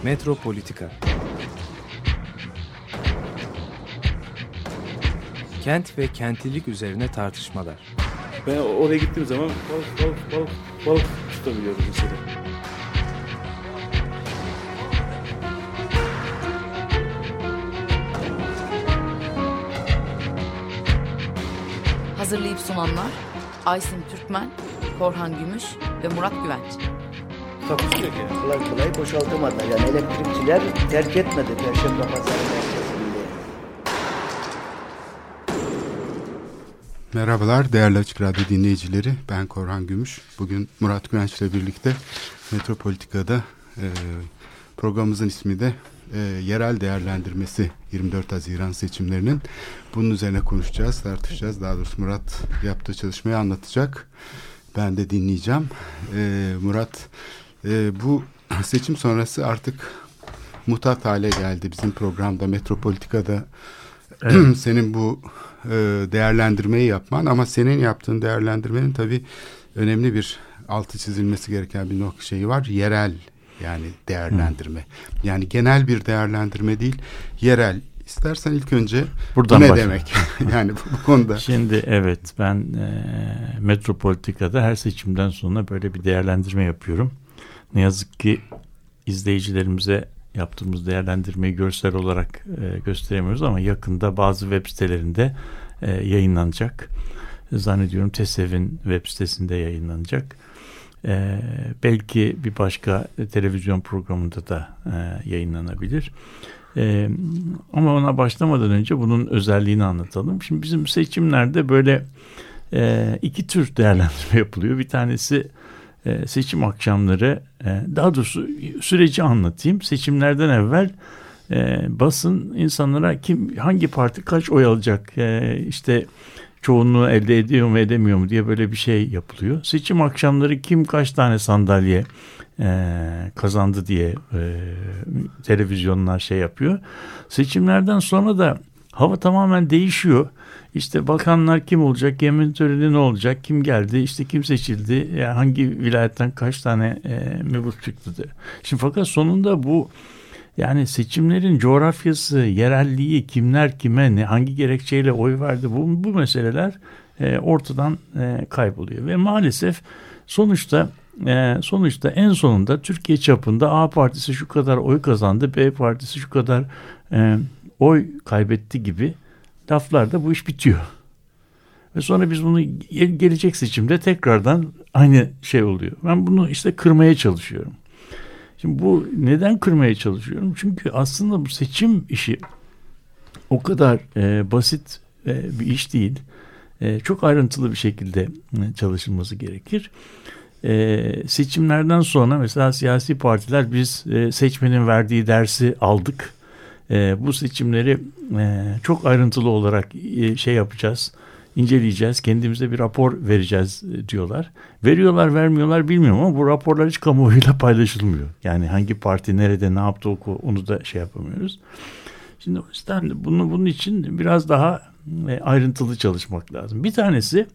Metropolitika. Kent ve kentlilik üzerine tartışmalar. Ben oraya gittiğim zaman balık tutabiliyorum mesela. Hazırlayıp sunanlar Aysim Türkmen, Korhan Gümüş ve Murat Güvenç. Takusuyor ki. Kolay kolay boşaltamadılar. Yani elektrikçiler terk etmedi Perşembe Pazarı merkezinde. Merhabalar değerli Açık Radyo dinleyicileri. Ben Korhan Gümüş. Bugün Murat Güvenç ile birlikte Metropolitika'da programımızın ismi de yerel değerlendirmesi 24 Haziran seçimlerinin. Bunun üzerine konuşacağız, tartışacağız. Daha doğrusu Murat yaptığı çalışmayı anlatacak. Ben de dinleyeceğim. Murat, bu seçim sonrası artık mutat hale geldi bizim programda Metropolitika'da. Evet. Senin bu değerlendirmeyi yapman, ama senin yaptığın değerlendirmenin tabii önemli bir altı çizilmesi gereken bir şeyi var. Yerel, yani değerlendirme. Yani genel bir değerlendirme değil, yerel. İstersen ilk önce buradan ne demek? Yani bu konuda. Şimdi evet, ben Metropolitika'da her seçimden sonra böyle bir değerlendirme yapıyorum. Ne yazık ki izleyicilerimize yaptığımız değerlendirmeyi görsel olarak gösteremiyoruz ama yakında bazı web sitelerinde yayınlanacak. Zannediyorum TESEV'in web sitesinde yayınlanacak. Belki bir başka televizyon programında da yayınlanabilir. Ama ona başlamadan önce bunun özelliğini anlatalım. Şimdi bizim seçimlerde böyle iki tür değerlendirme yapılıyor. Bir tanesi seçim akşamları, daha doğrusu süreci anlatayım. Seçimlerden evvel basın insanlara hangi parti kaç oy alacak, işte çoğunluğu elde ediyor mu edemiyor mu diye böyle bir şey yapılıyor. Seçim akşamları kim kaç tane sandalye kazandı diye televizyonlar şey yapıyor. Seçimlerden sonra da hava tamamen değişiyor. İşte bakanlar kim olacak, yemin töreni ne olacak, kim geldi, işte kim seçildi, yani hangi vilayetten kaç tane mebus çıktı. Şimdi fakat sonunda bu, yani seçimlerin coğrafyası, yerelliği, kimler kime, hangi gerekçeyle oy verdi, bu meseleler ortadan kayboluyor. Ve maalesef sonuçta en sonunda Türkiye çapında A partisi şu kadar oy kazandı, B partisi şu kadar oy kaybetti gibi laflarda bu iş bitiyor. Ve sonra biz bunu gelecek seçimde tekrardan aynı şey oluyor. Ben bunu işte kırmaya çalışıyorum. Şimdi bu neden kırmaya çalışıyorum? Çünkü aslında bu seçim işi o kadar basit bir iş değil. Çok ayrıntılı bir şekilde çalışılması gerekir. Seçimlerden sonra mesela siyasi partiler, biz seçmenin verdiği dersi aldık. Bu seçimleri çok ayrıntılı olarak şey yapacağız, inceleyeceğiz, kendimize bir rapor vereceğiz diyorlar. Veriyorlar vermiyorlar bilmiyorum ama bu raporlar hiç kamuoyuyla paylaşılmıyor. Yani hangi parti nerede ne yaptı onu da şey yapamıyoruz. Şimdi o yüzden bunun için biraz daha ayrıntılı çalışmak lazım. Bir tanesi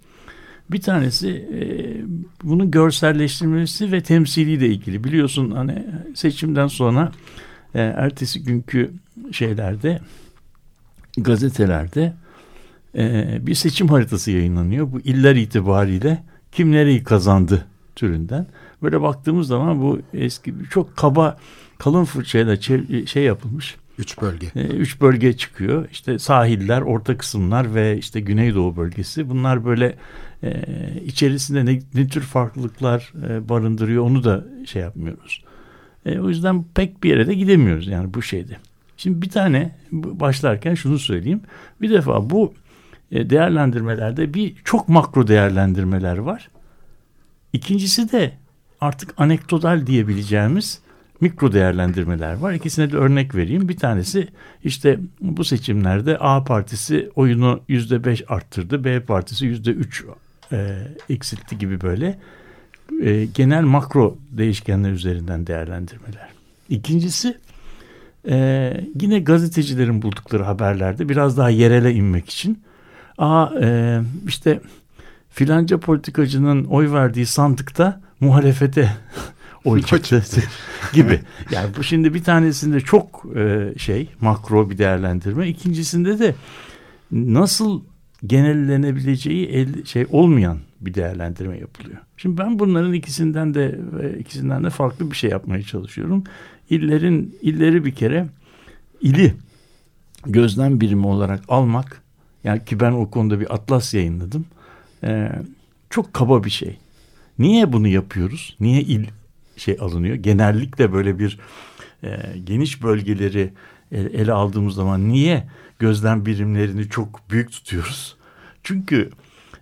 bunun görselleştirilmesi ve temsiliyle ilgili. Biliyorsun hani seçimden sonra ertesi günkü şeylerde, gazetelerde bir seçim haritası yayınlanıyor. Bu iller itibariyle kim nereyi kazandı türünden. Böyle baktığımız zaman bu eski çok kaba, kalın fırçayla şey yapılmış. 3 bölge. 3 bölge çıkıyor. İşte sahiller, orta kısımlar ve işte Güneydoğu bölgesi. Bunlar böyle içerisinde ne tür farklılıklar barındırıyor onu da şey yapmıyoruz. O yüzden pek bir yere de gidemiyoruz yani bu şeyde. Şimdi bir tane başlarken şunu söyleyeyim. Bir defa bu değerlendirmelerde çok makro değerlendirmeler var. İkincisi de artık anekdotal diyebileceğimiz mikro değerlendirmeler var. İkisine de örnek vereyim. Bir tanesi işte bu seçimlerde A partisi oyunu %5 arttırdı. B partisi %3 eksiltti gibi böyle genel makro değişkenler üzerinden değerlendirmeler. İkincisi yine gazetecilerin buldukları haberlerde biraz daha yerele inmek için işte filanca politikacının oy verdiği sandıkta muhalefete o çıktı gibi. Yani bu şimdi bir tanesinde çok makro bir değerlendirme. İkincisinde de nasıl genellenebileceği olmayan bir değerlendirme yapılıyor. Şimdi ben bunların ikisinden de farklı bir şey yapmaya çalışıyorum. İlleri bir kere ili gözlem birimi olarak almak, yani ki ben o konuda bir atlas yayınladım. Çok kaba bir şey. Niye bunu yapıyoruz? Niye il alınıyor? Genellikle böyle bir geniş bölgeleri ele aldığımız zaman niye gözlem birimlerini çok büyük tutuyoruz? Çünkü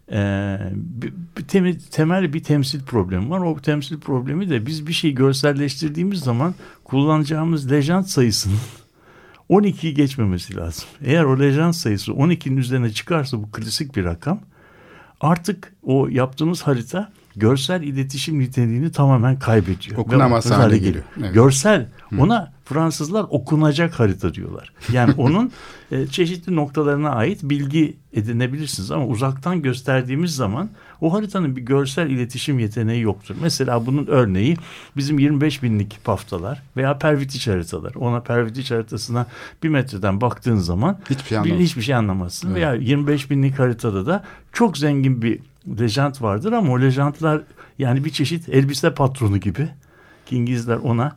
temel bir temsil problemi var. O temsil problemi de biz bir şeyi görselleştirdiğimiz zaman kullanacağımız lejant sayısının 12'yi geçmemesi lazım. Eğer o lejant sayısı 12'nin üzerine çıkarsa, bu klasik bir rakam, artık o yaptığımız harita görsel iletişim niteliğini tamamen kaybediyor. Okunamaz hale geliyor. Evet. Görsel, ona Fransızlar okunacak harita diyorlar. Yani onun çeşitli noktalarına ait bilgi edinebilirsiniz ama uzaktan gösterdiğimiz zaman o haritanın bir görsel iletişim yeteneği yoktur. Mesela bunun örneği bizim 25 binlik paftalar veya Pervitiç haritalar. Ona Pervitiç haritasına 1 metreden baktığın zaman hiçbir şey anlamazsın. Evet. Veya 25 binlik haritada da çok zengin bir lejant vardır ama o lejantlar yani bir çeşit elbise patronu gibi, ki İngilizler ona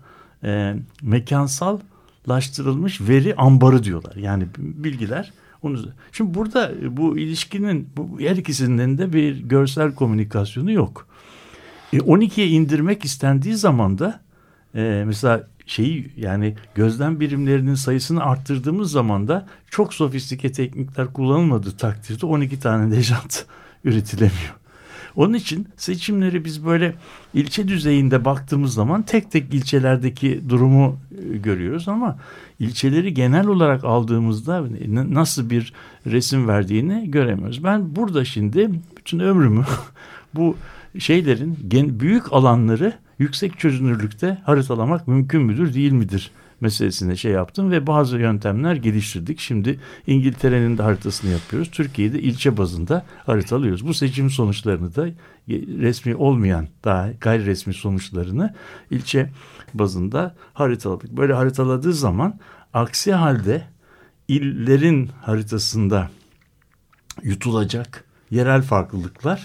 mekansallaştırılmış veri ambarı diyorlar. Yani bilgiler onu. Şimdi burada bu ilişkinin her ikisinin de bir görsel komünikasyonu yok. 12'ye indirmek istendiği zaman da mesela yani gözlem birimlerinin sayısını arttırdığımız zaman da çok sofistike teknikler kullanılmadığı takdirde 12 tane lejant üretilemiyor. Onun için seçimleri biz böyle ilçe düzeyinde baktığımız zaman tek tek ilçelerdeki durumu görüyoruz ama ilçeleri genel olarak aldığımızda nasıl bir resim verdiğini göremiyoruz. Ben burada şimdi bütün ömrümü bu şeylerin büyük alanları yüksek çözünürlükte haritalamak mümkün müdür, değil midir meselesine yaptım ve bazı yöntemler geliştirdik. Şimdi İngiltere'nin de haritasını yapıyoruz. Türkiye'de ilçe bazında haritalıyoruz. Bu seçim sonuçlarını da resmi olmayan, daha gayri resmi sonuçlarını ilçe bazında haritaladık. Böyle haritaladığı zaman aksi halde illerin haritasında yutulacak yerel farklılıklar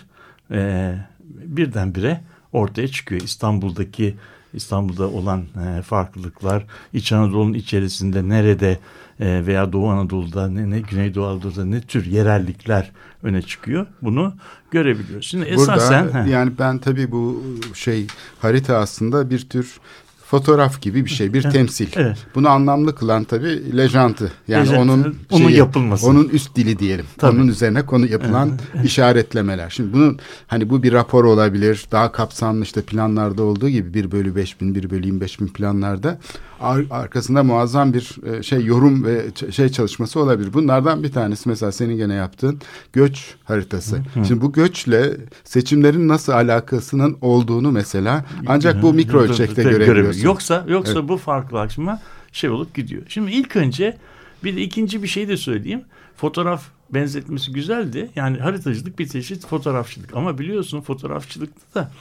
birdenbire ortaya çıkıyor. İstanbul'da olan farklılıklar, İç Anadolu'nun içerisinde nerede veya Doğu Anadolu'da Güneydoğu Anadolu'da ne tür yerellikler öne çıkıyor, bunu görebiliyoruz. Şimdi esasen yani ben tabii bu harita aslında bir tür fotoğraf gibi bir şey, bir temsil. Evet. Bunu anlamlı kılan tabii lejantı. Yani onun yapılması. Onun üst dili diyelim. Tabii. Onun üzerine konu yapılan işaretlemeler. Şimdi bunun bu bir rapor olabilir. Daha kapsamlı planlarda olduğu gibi 1/5000, 1/25.000 planlarda arkasında muazzam bir yorum ve çalışması olabilir. Bunlardan bir tanesi mesela senin gene yaptığın göç haritası. Şimdi bu göçle seçimlerin nasıl alakasının olduğunu mesela ancak bu mikro ölçekte görebiliyorsun. Yoksa evet, bu farklılaşma olup gidiyor. Şimdi ilk önce ikinci bir şey de söyleyeyim. Fotoğraf benzetmesi güzeldi. Yani haritacılık bir çeşit fotoğrafçılık. Ama biliyorsun fotoğrafçılıkta da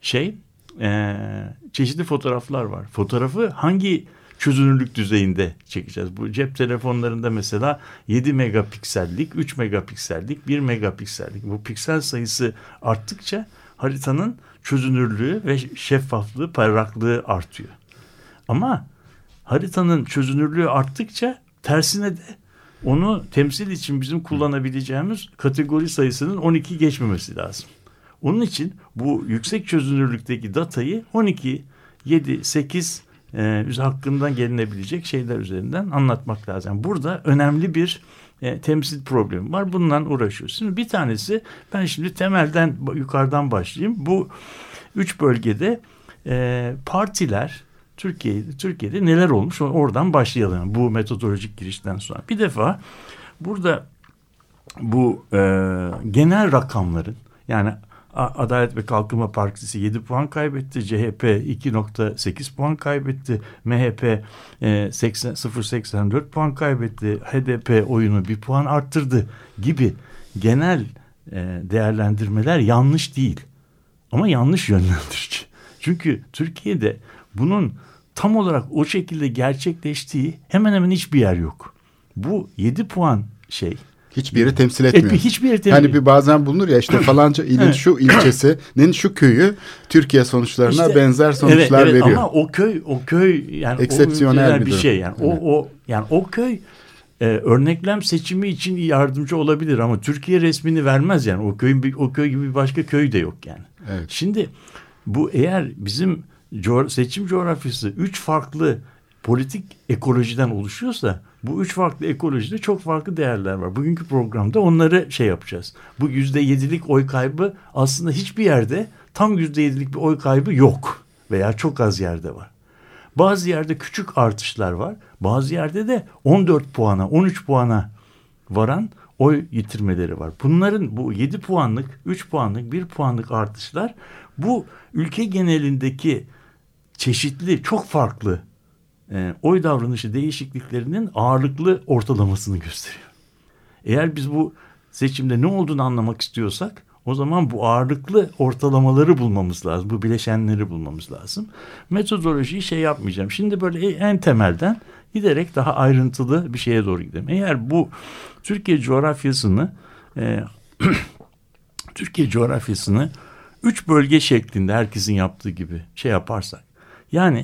çeşitli fotoğraflar var. Fotoğrafı hangi çözünürlük düzeyinde çekeceğiz? Bu cep telefonlarında mesela 7 megapiksellik, 3 megapiksellik, 1 megapiksellik. Bu piksel sayısı arttıkça haritanın çözünürlüğü ve şeffaflığı, parlaklığı artıyor. Ama haritanın çözünürlüğü arttıkça tersine de onu temsil için bizim kullanabileceğimiz kategori sayısının 12 geçmemesi lazım. Onun için bu yüksek çözünürlükteki datayı 12, 7, 8 hakkından gelinebilecek şeyler üzerinden anlatmak lazım. Burada önemli bir temsil problemi var. Bununla uğraşıyoruz. Şimdi bir tanesi, ben şimdi temelden yukarıdan başlayayım. Bu 3 bölgede partiler Türkiye'de neler olmuş, oradan başlayalım. Bu metodolojik girişten sonra. Bir defa burada bu genel rakamların, yani Adalet ve Kalkınma Partisi 7 puan kaybetti. CHP 2.8 puan kaybetti. MHP 0.84 puan kaybetti. HDP oyunu 1 puan arttırdı gibi genel değerlendirmeler yanlış değil. Ama yanlış yönlendirici. Çünkü Türkiye'de bunun tam olarak o şekilde gerçekleştiği hemen hemen hiçbir yer yok. Bu 7 puan hiçbir yeri temsil etmiyor. Hiçbir yeri hani bir bazen bulunur ya işte falanca ilin şu ilçesinin şu köyü Türkiye sonuçlarına İşte, benzer sonuçlar veriyor. Ama o köy yani eksepsiyonel bir şey yani. O köy örneklem seçimi için yardımcı olabilir ama Türkiye resmini vermez yani. O köy gibi bir başka köy de yok yani. Evet. Şimdi bu eğer bizim seçim coğrafyası 3 farklı politik ekolojiden oluşuyorsa bu 3 farklı ekolojide çok farklı değerler var. Bugünkü programda onları yapacağız. Bu %7'lik oy kaybı aslında hiçbir yerde tam %7'lik bir oy kaybı yok veya çok az yerde var. Bazı yerde küçük artışlar var. Bazı yerde de 14 puana, 13 puana varan oy yitirmeleri var. Bunların bu 7 puanlık, 3 puanlık, 1 puanlık artışlar bu ülke genelindeki çeşitli, çok farklı oy davranışı değişikliklerinin ağırlıklı ortalamasını gösteriyor. Eğer biz bu seçimde ne olduğunu anlamak istiyorsak o zaman bu ağırlıklı ortalamaları bulmamız lazım. Bu bileşenleri bulmamız lazım. Metodolojiyi yapmayacağım. Şimdi böyle en temelden giderek daha ayrıntılı bir şeye doğru gidelim. Eğer bu Türkiye coğrafyasını 3 bölge şeklinde herkesin yaptığı gibi yaparsak yani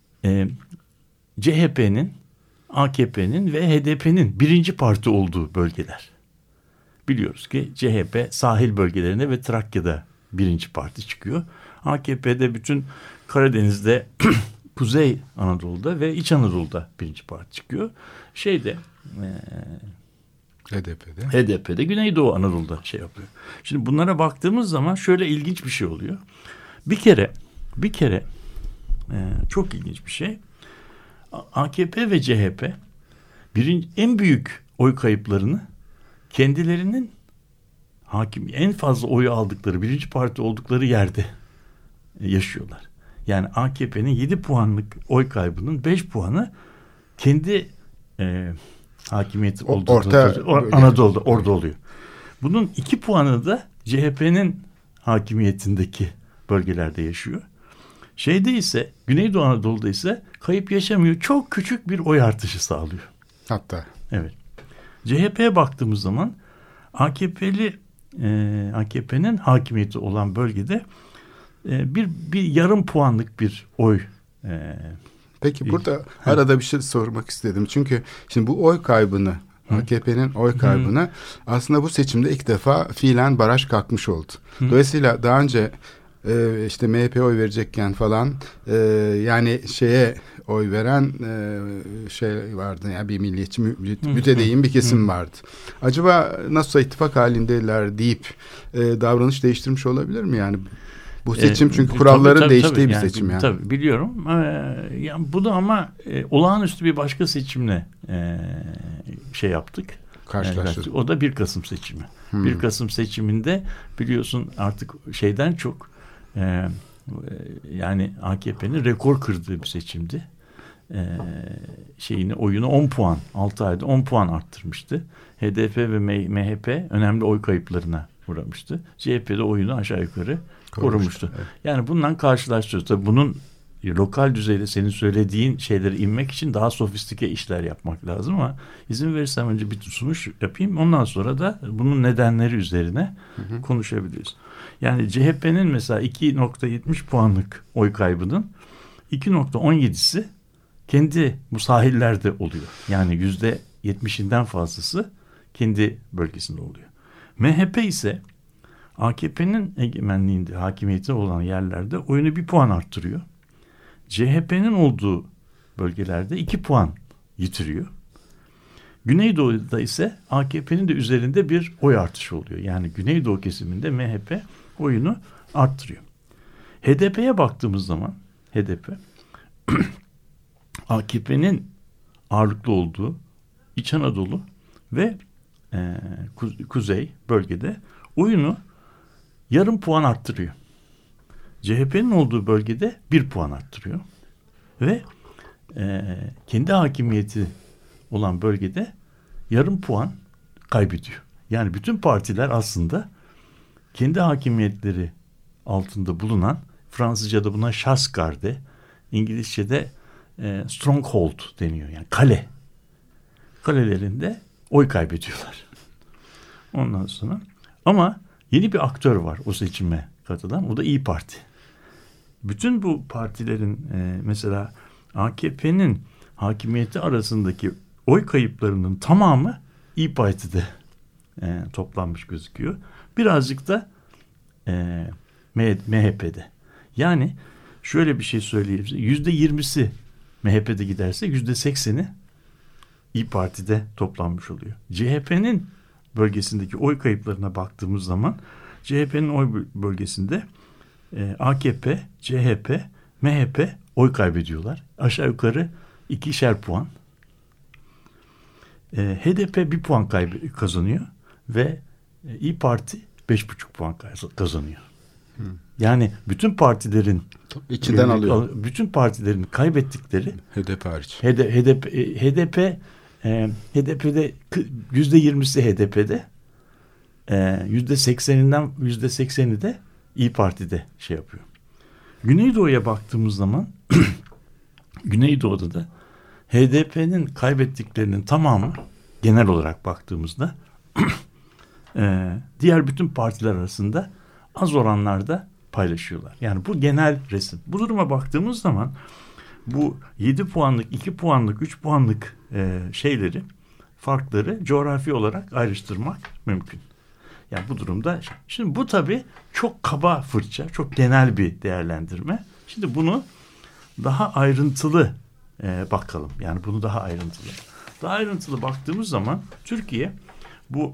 CHP'nin, AKP'nin ve HDP'nin birinci parti olduğu bölgeler. Biliyoruz ki CHP sahil bölgelerinde ve Trakya'da birinci parti çıkıyor. AKP'de bütün Karadeniz'de, Kuzey Anadolu'da ve İç Anadolu'da birinci parti çıkıyor. HDP'de Güneydoğu Anadolu'da yapıyor. Şimdi bunlara baktığımız zaman şöyle ilginç bir şey oluyor. Bir kere çok ilginç bir şey. AKP ve CHP en büyük oy kayıplarını kendilerinin en fazla oyu aldıkları birinci parti oldukları yerde yaşıyorlar. Yani AKP'nin 7 puanlık oy kaybının 5 puanı kendi hakimiyeti olduğu Anadolu'da orada oluyor. Bunun 2 puanı da CHP'nin hakimiyetindeki bölgelerde yaşıyor. ise Güneydoğu Anadolu'da ise kayıp yaşamıyor. Çok küçük bir oy artışı sağlıyor. Hatta. Evet. CHP'ye baktığımız zaman AKP'nin hakimiyeti olan bölgede bir yarım puanlık bir oy. Peki burada arada bir şey sormak istedim. Çünkü şimdi bu oy kaybını AKP'nin oy kaybını aslında bu seçimde ilk defa fiilen baraj kalkmış oldu. Dolayısıyla daha önce işte MHP'ye oy verecekken falan yani oy veren vardı yani bir milliyetçi mütedeyyin bir kesim vardı. Acaba nasıl ittifak halindeler deyip davranış değiştirmiş olabilir mi yani? Bu seçim çünkü kuralların değiştiği bir seçim yani. Tabii biliyorum. Yani bu da ama olağanüstü bir başka seçimle yaptık. Karşılaştık. O da 1 Kasım seçimi. 1 Kasım seçiminde biliyorsun artık çok yani AKP'nin rekor kırdığı bir seçimdi. Oyunu 10 puan 6 ayda 10 puan arttırmıştı. HDP ve MHP önemli oy kayıplarına uğramıştı. CHP de oyunu aşağı yukarı korumuştu. Evet. Yani bundan karşılaştırıyoruz. Tabii bunun lokal düzeyde senin söylediğin şeyleri inmek için daha sofistike işler yapmak lazım ama izin verirsen önce bir sunuş yapayım. Ondan sonra da bunun nedenleri üzerine konuşabiliriz. Yani CHP'nin mesela 2.70 puanlık oy kaybının 2.17'si kendi bu sahillerde oluyor. Yani %70'inden fazlası kendi bölgesinde oluyor. MHP ise AKP'nin egemenliğinde, hakimiyeti olan yerlerde oyunu 1 puan arttırıyor. CHP'nin olduğu bölgelerde 2 puan yitiriyor. Güneydoğu'da ise AKP'nin de üzerinde bir oy artışı oluyor. Yani Güneydoğu kesiminde MHP oyunu arttırıyor. HDP'ye baktığımız zaman HDP AKP'nin ağırlıklı olduğu İç Anadolu ve Kuzey bölgede oyunu yarım puan arttırıyor. CHP'nin olduğu bölgede 1 puan arttırıyor. Ve kendi hakimiyeti olan bölgede yarım puan kaybediyor. Yani bütün partiler aslında kendi hakimiyetleri altında bulunan Fransızca'da buna Chasse-garde, İngilizce'de stronghold deniyor. Yani kale. Kalelerinde oy kaybediyorlar. Ondan sonra ama yeni bir aktör var o seçime katılan. O da İYİ Parti. Bütün bu partilerin mesela AKP'nin hakimiyeti arasındaki oy kayıplarının tamamı İYİ Parti'de toplanmış gözüküyor. Birazcık da MHP'de. Yani şöyle bir şey söyleyebiliriz. %20'si MHP'de giderse %80'i İYİ Parti'de toplanmış oluyor. CHP'nin bölgesindeki oy kayıplarına baktığımız zaman CHP'nin oy bölgesinde AKP, CHP, MHP oy kaybediyorlar. Aşağı yukarı 2'şer puan. HDP 1 puan kazanıyor ve İYİ Parti 5,5 puan kazanıyor. Yani bütün partilerin içinden alıyor. Bütün partilerin kaybettikleri HDP hariç. HDP'de %20'si HDP'de, %80'i de İYİ Parti'de şey yapıyor. Güneydoğu'ya baktığımız zaman Güneydoğu'da da HDP'nin kaybettiklerinin tamamı genel olarak baktığımızda diğer bütün partiler arasında az oranlarda paylaşıyorlar. Yani bu genel resim. Bu duruma baktığımız zaman bu 7 puanlık, 2 puanlık, 3 puanlık farkları coğrafi olarak ayrıştırmak mümkün. Yani bu durumda şimdi bu tabii çok kaba fırça, çok genel bir değerlendirme. Şimdi bunu daha ayrıntılı bakalım. Yani bunu daha ayrıntılı. Daha ayrıntılı baktığımız zaman Türkiye bu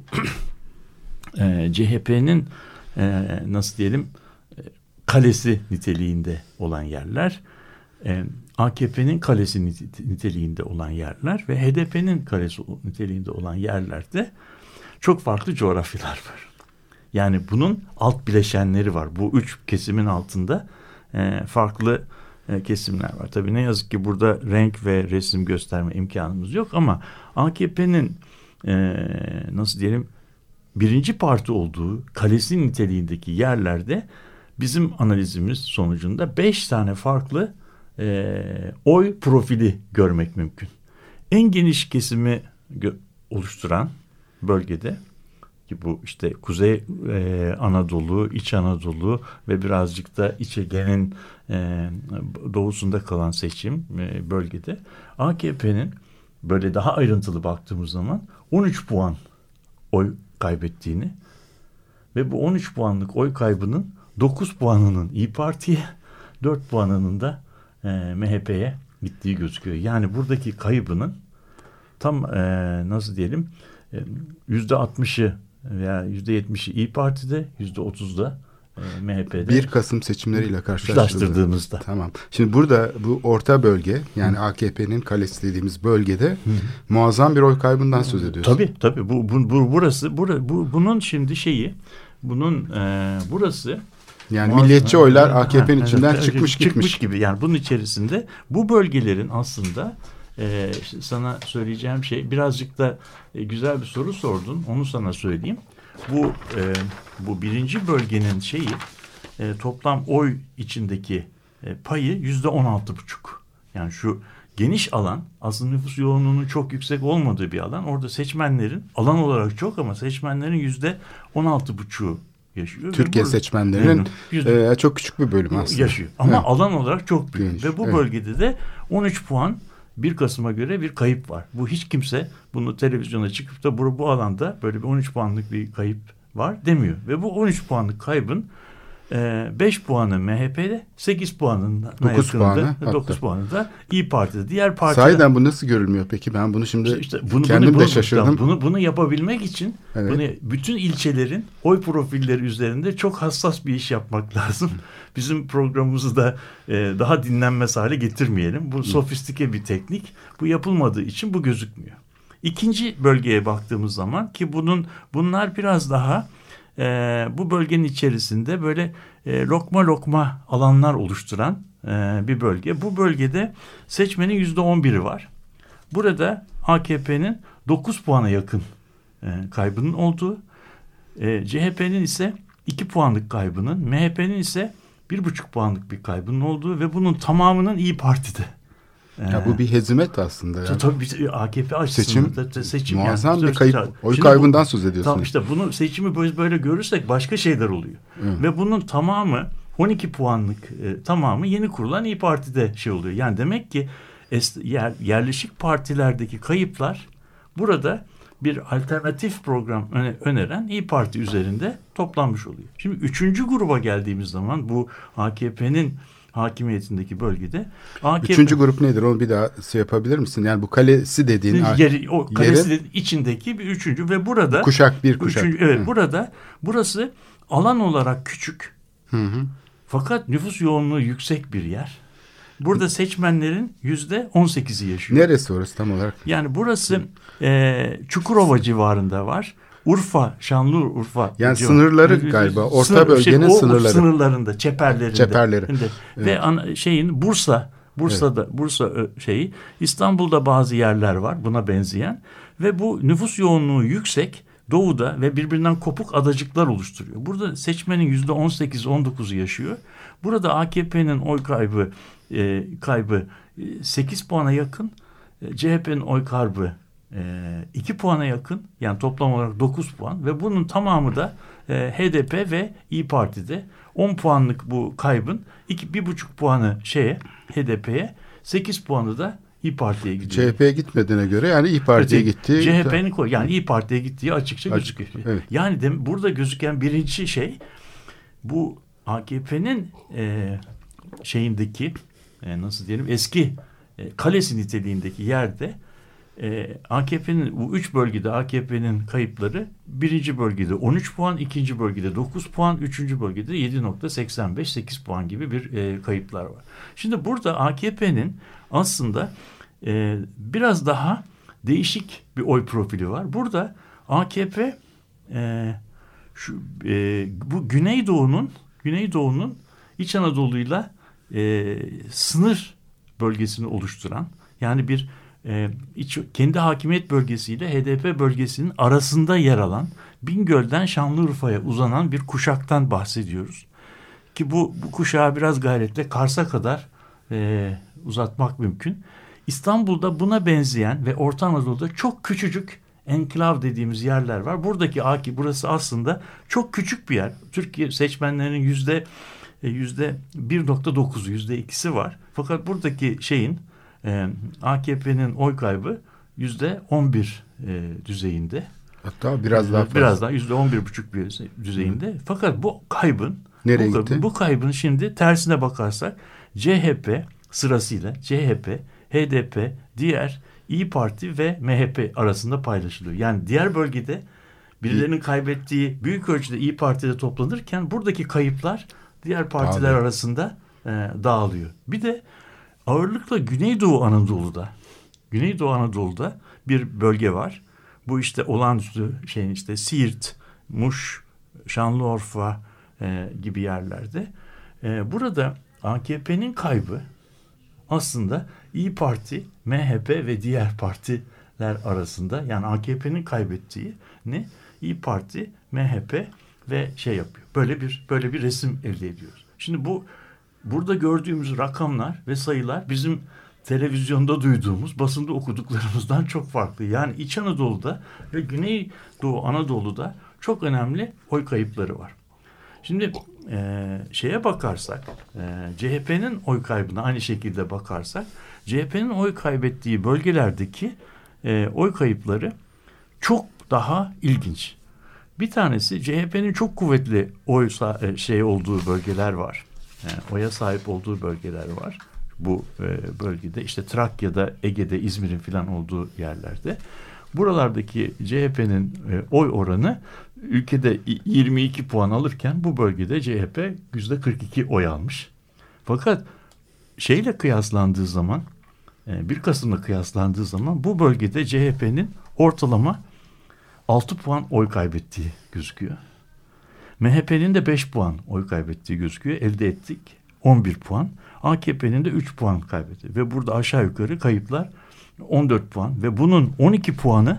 CHP'nin nasıl diyelim kalesi niteliğinde olan yerler, AKP'nin kalesi niteliğinde olan yerler ve HDP'nin kalesi niteliğinde olan yerlerde çok farklı coğrafyalar var. Yani bunun alt bileşenleri var. Bu 3 kesimin altında farklı kesimler var. Tabii ne yazık ki burada renk ve resim gösterme imkanımız yok ama AKP'nin nasıl diyelim birinci parti olduğu kalesi niteliğindeki yerlerde bizim analizimiz sonucunda 5 tane farklı oy profili görmek mümkün. En geniş kesimi oluşturan bölgede ki bu işte Kuzey Anadolu, İç Anadolu ve birazcık da İç Ege'nin doğusunda kalan seçim bölgede AKP'nin böyle daha ayrıntılı baktığımız zaman 13 puan oy kaybettiğini ve bu 13 puanlık oy kaybının 9 puanının İYİ Parti'ye, 4 puanının da MHP'ye gittiği gözüküyor. Yani buradaki kaybının tam nasıl diyelim %60'ı veya %70'i İYİ Parti'de, %30'da MHP'de. 1 Kasım seçimleriyle karşılaştırdığımızda. Tamam. Şimdi burada bu orta bölge yani AKP'nin kalesi dediğimiz bölgede muazzam bir oy kaybından söz ediyoruz. Tabii. Bunun şimdi burası yani milliyetçi oylar AKP'nin içinden çıkmış gibi. Yani bunun içerisinde bu bölgelerin aslında sana söyleyeceğim şey birazcık da güzel bir soru sordun. Onu sana söyleyeyim. Bu birinci bölgenin toplam oy içindeki payı %16,5. Yani şu geniş alan aslında nüfus yoğunluğunun çok yüksek olmadığı bir alan. Orada seçmenlerin alan olarak çok ama seçmenlerin %16,5'u yaşıyor. Türkiye seçmenlerinin çok küçük bir bölümü aslında. Yaşıyor. Ama alan olarak çok büyük. Geniş. Ve bu bölgede de 13 puan 1 Kasım'a göre bir kayıp var. Bu hiç kimse bunu televizyona çıkıp da bu alanda böyle bir 13 puanlık bir kayıp var demiyor. Ve bu 13 puanlık kaybın 5 puanı MHP'de, 8 puanın 9 puanı da İYİ Parti'de. Diğer partiler. Sahiden bu nasıl görülmüyor peki? Ben bunu şimdi kendim de şaşırdım. Bunu yapabilmek için bütün ilçelerin oy profilleri üzerinde çok hassas bir iş yapmak lazım. Bizim programımızı da daha dinlenmez hale getirmeyelim. Bu sofistike bir teknik. Bu yapılmadığı için bu gözükmüyor. İkinci bölgeye baktığımız zaman ki bunlar biraz daha bu bölgenin içerisinde böyle lokma lokma alanlar oluşturan bir bölge. Bu bölgede seçmenin %11'i var. Burada AKP'nin 9 puana yakın kaybının olduğu, CHP'nin ise 2 puanlık kaybının, MHP'nin ise 1,5 puanlık bir kaybının olduğu ve bunun tamamının İYİ Parti'de. Ya bu bir hezimet aslında. Yani. Tabii AKP açısından seçim muazzam yani, bir kayıp. Oy kaybından söz ediyorsunuz. Tamam, işte bunu seçimi böyle görürsek başka şeyler oluyor. Ve bunun tamamı 12 puanlık tamamı yeni kurulan İYİ Parti'de oluyor. Yani demek ki yerleşik partilerdeki kayıplar burada bir alternatif program öneren İYİ Parti üzerinde toplanmış oluyor. Şimdi 3. gruba geldiğimiz zaman bu AKP'nin hakimiyetindeki bölgede. Üçüncü grup nedir? Onu bir daha yapabilir misin? Yani bu kalesi dediğin kalesi içindeki bir üçüncü ve burada kuşak. Burada burası alan olarak küçük. Fakat nüfus yoğunluğu yüksek bir yer. Burada seçmenlerin %18'i yaşıyor. Neresi orası tam olarak? Yani burası Çukurova civarında var. Urfa, Şanlıurfa. Yani sınırları galiba. Orta bölgenin sınırları. Sınırlarında, çeperleri. Evet. Ve Bursa'da evet. Bursa İstanbul'da bazı yerler var buna benzeyen ve bu nüfus yoğunluğu yüksek doğuda ve birbirinden kopuk adacıklar oluşturuyor. Burada seçmenin %18-19'u yaşıyor. Burada AKP'nin oy kaybı 8 puana yakın, CHP'nin oy kaybı 2 puana yakın, yani toplam olarak 9 puan ve bunun tamamı da HDP ve İYİ Parti'de. 10 puanlık bu kaybın 1,5 puanı HDP'ye, 8 puanı da İYİ Parti'ye gidiyor. CHP'ye gitmediğine göre yani İYİ Parti'ye gitti. CHP'nin yani İYİ Parti'ye gittiği açıkça gözüküyor. Evet. Yani burada gözüken birinci bu AKP'nin nasıl diyelim, eski kalesi niteliğindeki yerde AKP'nin bu 3 bölgede AKP'nin kayıpları, birinci bölgede 13 puan, ikinci bölgede 9 puan, üçüncü bölgede 7,85-8 puan gibi bir kayıplar var. Şimdi burada AKP'nin aslında biraz daha değişik bir oy profili var. Burada AKP bu Güneydoğu'nun İç Anadolu'yla sınır bölgesini oluşturan, yani bir kendi hakimiyet bölgesiyle HDP bölgesinin arasında yer alan, Bingöl'den Şanlıurfa'ya uzanan bir kuşaktan bahsediyoruz. Ki bu kuşağı biraz gayretle Kars'a kadar uzatmak mümkün. İstanbul'da buna benzeyen ve Orta Anadolu'da çok küçücük enklav dediğimiz yerler var. Burası aslında çok küçük bir yer. Türkiye seçmenlerinin %1,9'u, %2'si var. Fakat buradaki AKP'nin oy kaybı %11 düzeyinde. Hatta biraz daha fazla. Biraz daha %11,5 bir düzeyinde. Fakat bu kaybın nereye gitti? Bu kaybın şimdi tersine bakarsak CHP sırasıyla CHP, HDP, diğer İYİ Parti ve MHP arasında paylaşılıyor. Yani diğer bölgede birilerinin kaybettiği büyük ölçüde İYİ Parti'de toplanırken buradaki kayıplar diğer partiler arasında dağılıyor. Bir de ağırlıkla Güneydoğu Anadolu'da bir bölge var. Bu olağanüstü Siirt, Muş, Şanlıurfa gibi yerlerde. Burada AKP'nin kaybı aslında İYİ Parti, MHP ve diğer partiler arasında, yani AKP'nin kaybettiğini İYİ Parti, MHP ve yapıyor. Böyle bir resim elde ediyoruz. Şimdi burada gördüğümüz rakamlar ve sayılar bizim televizyonda duyduğumuz, basında okuduklarımızdan çok farklı. Yani İç Anadolu'da ve Güneydoğu Anadolu'da çok önemli oy kayıpları var. Şimdi bakarsak, CHP'nin oy kaybına aynı şekilde bakarsak, CHP'nin oy kaybettiği bölgelerdeki oy kayıpları çok daha ilginç. Bir tanesi, CHP'nin çok kuvvetli olduğu bölgeler var. Oya sahip olduğu bölgeler var. Bu bölgede Trakya'da, Ege'de, İzmir'in falan olduğu yerlerde. Buralardaki CHP'nin oy oranı ülkede 22 puan alırken bu bölgede CHP %42 oy almış. Fakat kıyaslandığı zaman, 1 Kasım'la kıyaslandığı zaman bu bölgede CHP'nin ortalama 6 puan oy kaybettiği gözüküyor. MHP'nin de 5 puan oy kaybettiği gözüküyor. Elde ettik 11 puan. AKP'nin de 3 puan kaybetti. Ve burada aşağı yukarı kayıplar 14 puan. Ve bunun 12 puanı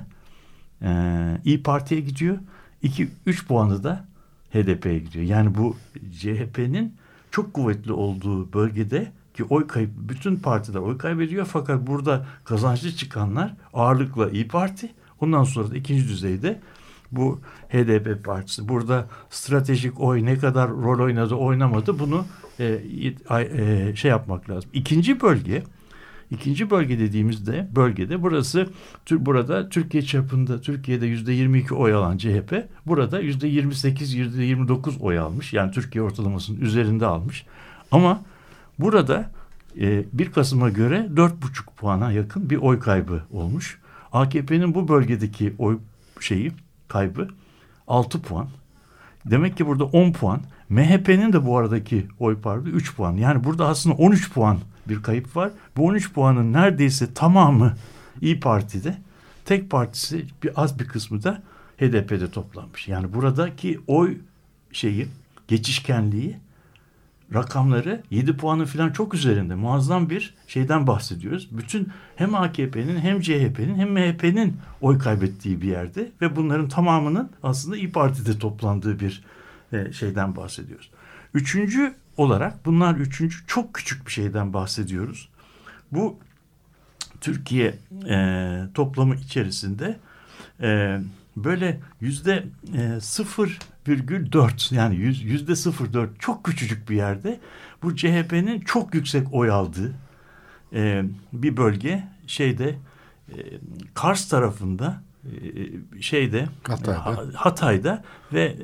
İYİ Parti'ye gidiyor. 3 puanı da HDP'ye gidiyor. Yani bu CHP'nin çok kuvvetli olduğu bölgede ki oy kayıp, bütün partiler oy kaybediyor fakat burada kazançlı çıkanlar ağırlıkla İYİ Parti, ondan sonra da ikinci düzeyde bu HDP partisi. Burada stratejik oy ne kadar rol oynadı oynamadı bunu şey yapmak lazım. İkinci bölge dediğimizde bölgede burada Türkiye çapında Türkiye'de %22 oy alan CHP burada %28 %29 oy almış. Yani Türkiye ortalamasının üzerinde almış. Ama burada 1 Kasım'a göre 4,5 puana yakın bir oy kaybı olmuş. AKP'nin bu bölgedeki oy kaybı 6 puan. Demek ki burada 10 puan. MHP'nin de bu aradaki oy payı 3 puan. Yani burada aslında 13 puan bir kayıp var. Bu 13 puanın neredeyse tamamı İYİ Parti'de. Tek partisi az bir kısmı da HDP'de toplanmış. Yani buradaki oy geçişkenliği rakamları 7 puanın falan çok üzerinde. Muazzam bir şeyden bahsediyoruz. Bütün hem AKP'nin hem CHP'nin hem MHP'nin oy kaybettiği bir yerde ve bunların tamamının aslında İYİ Parti'de toplandığı bir şeyden bahsediyoruz. Üçüncü olarak çok küçük bir şeyden bahsediyoruz. Bu Türkiye toplamı içerisinde böyle %0,4 yani %0,4 çok küçücük bir yerde bu CHP'nin çok yüksek oy aldığı bir bölge Kars tarafında Hatay'da ve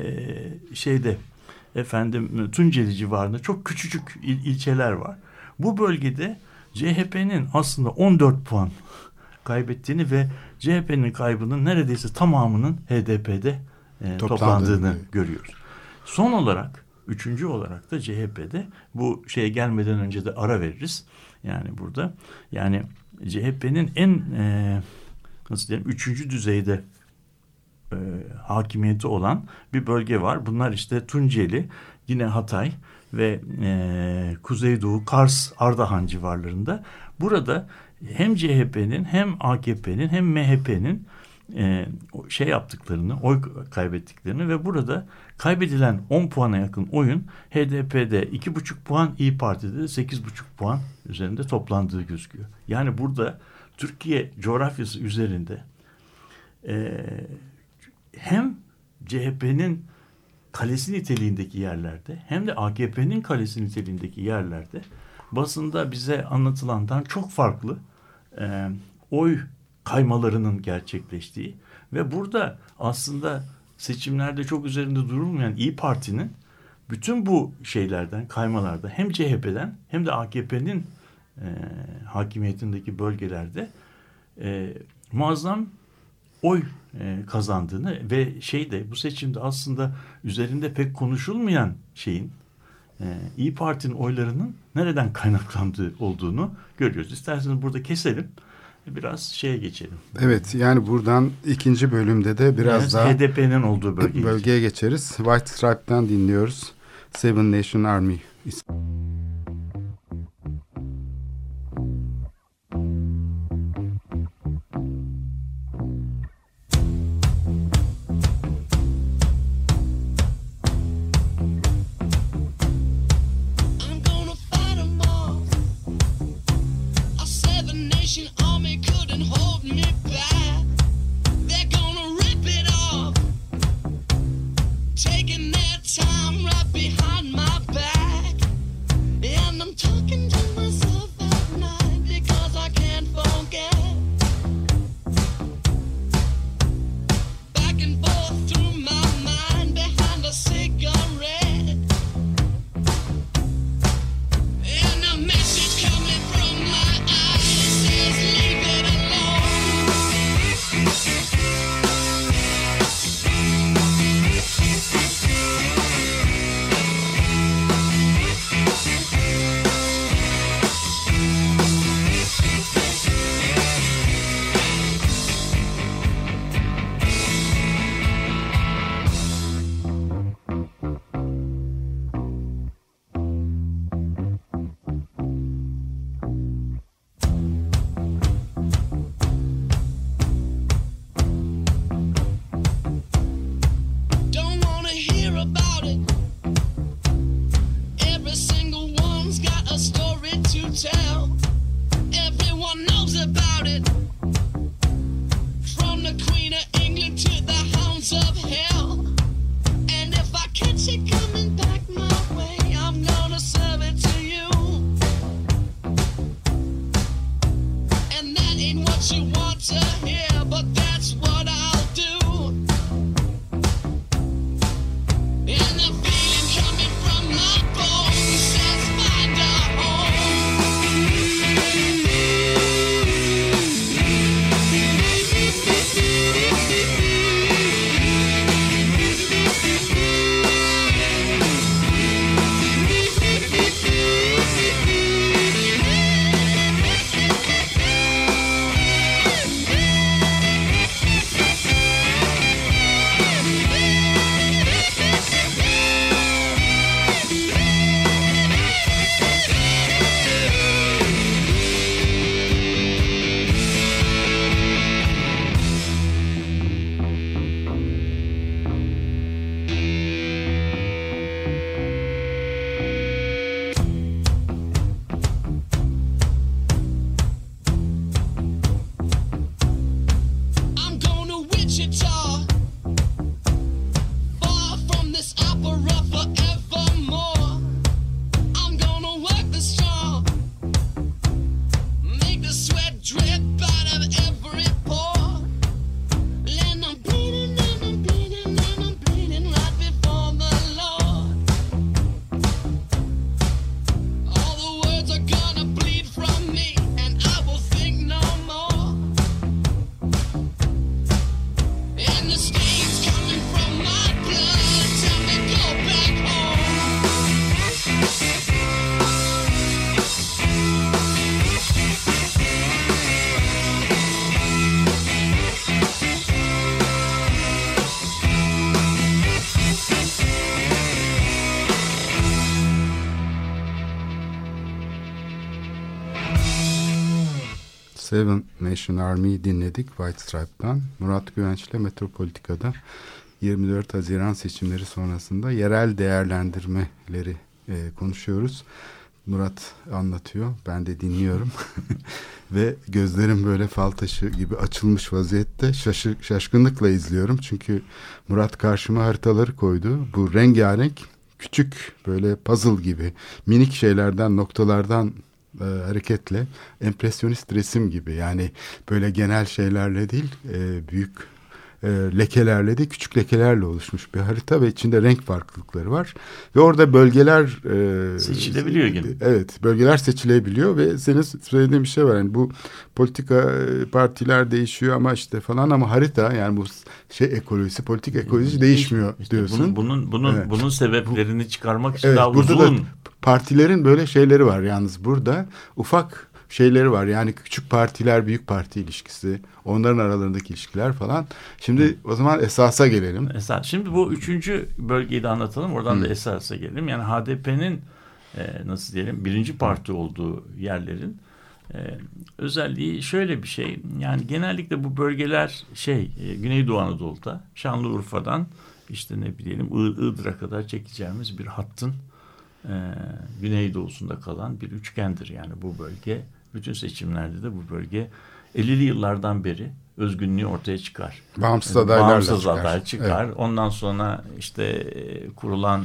Tunceli civarında çok küçücük ilçeler var. Bu bölgede CHP'nin aslında 14 puan kaybettiğini ve CHP'nin kaybının neredeyse tamamının HDP'de toplandığını görüyoruz. Son olarak, üçüncü olarak da CHP'de bu şeye gelmeden önce de ara veririz. Yani burada CHP'nin en üçüncü düzeyde hakimiyeti olan bir bölge var. Bunlar işte Tunceli, yine Hatay ve Kuzeydoğu, Kars, Ardahan civarlarında. Burada hem CHP'nin hem AKP'nin hem MHP'nin oy kaybettiklerini ve burada kaybedilen 10 puana yakın oyun HDP'de 2,5 puan, İYİ Parti'de de 8,5 puan üzerinde toplandığı gözüküyor. Yani burada Türkiye coğrafyası üzerinde hem CHP'nin kalesi niteliğindeki yerlerde hem de AKP'nin kalesi niteliğindeki yerlerde basında bize anlatılandan çok farklı oy kaymalarının gerçekleştiği ve burada aslında seçimlerde çok üzerinde durulmayan İYİ Parti'nin bütün bu kaymalarda hem CHP'den hem de AKP'nin hakimiyetindeki bölgelerde muazzam oy kazandığını ve bu seçimde aslında üzerinde pek konuşulmayan İYİ Parti'nin oylarının nereden kaynaklandığı olduğunu görüyoruz. İsterseniz burada keselim. Biraz geçelim. Evet, yani buradan ikinci bölümde de biraz daha HDP'nin olduğu bölgeye geçeriz. White Stripe'dan dinliyoruz. Seven Nation Army. Seven Nation Army'yi dinledik White Stripe'dan. Murat Güvenç'le Metropolitika'da 24 Haziran seçimleri sonrasında yerel değerlendirmeleri konuşuyoruz. Murat anlatıyor, ben de dinliyorum ve gözlerim böyle fal taşı gibi açılmış vaziyette şaşkınlıkla izliyorum. Çünkü Murat karşıma haritaları koydu. Bu rengarenk, küçük böyle puzzle gibi minik şeylerden, noktalardan hareketle empresyonist resim gibi, yani böyle genel şeylerle değil, büyük lekelerle değil, küçük lekelerle oluşmuş bir harita ve içinde renk farklılıkları var ve orada bölgeler seçilebiliyor gibi. Evet, bölgeler seçilebiliyor ve senin söylediğin bir şey var. Yani bu politika partiler değişiyor ama işte falan, ama harita, yani bu ekolojisi, politik ekoloji değişmiyor işte diyorsun. Bunun sebeplerini çıkarmak için evet, daha burada uzun. Da partilerin böyle şeyleri var, yalnız burada ufak şeyleri var. Yani küçük partiler, büyük parti ilişkisi, onların aralarındaki ilişkiler falan. Şimdi o zaman esasa gelelim. Şimdi bu üçüncü bölgeyi de anlatalım. Oradan da esasa gelelim. Yani HDP'nin nasıl diyelim, birinci parti olduğu yerlerin özelliği şöyle bir şey. Yani genellikle bu bölgeler Güneydoğu Anadolu'da, Şanlıurfa'dan işte ne bileyim Iğdır'a kadar çekeceğimiz bir hattın güneydoğusunda kalan bir üçgendir. Yani bu bölge, bütün seçimlerde de bu bölge 50'li yıllardan beri özgünlüğü ortaya çıkar. Bağımsız adaylarla aday çıkar. Evet. Ondan sonra işte kurulan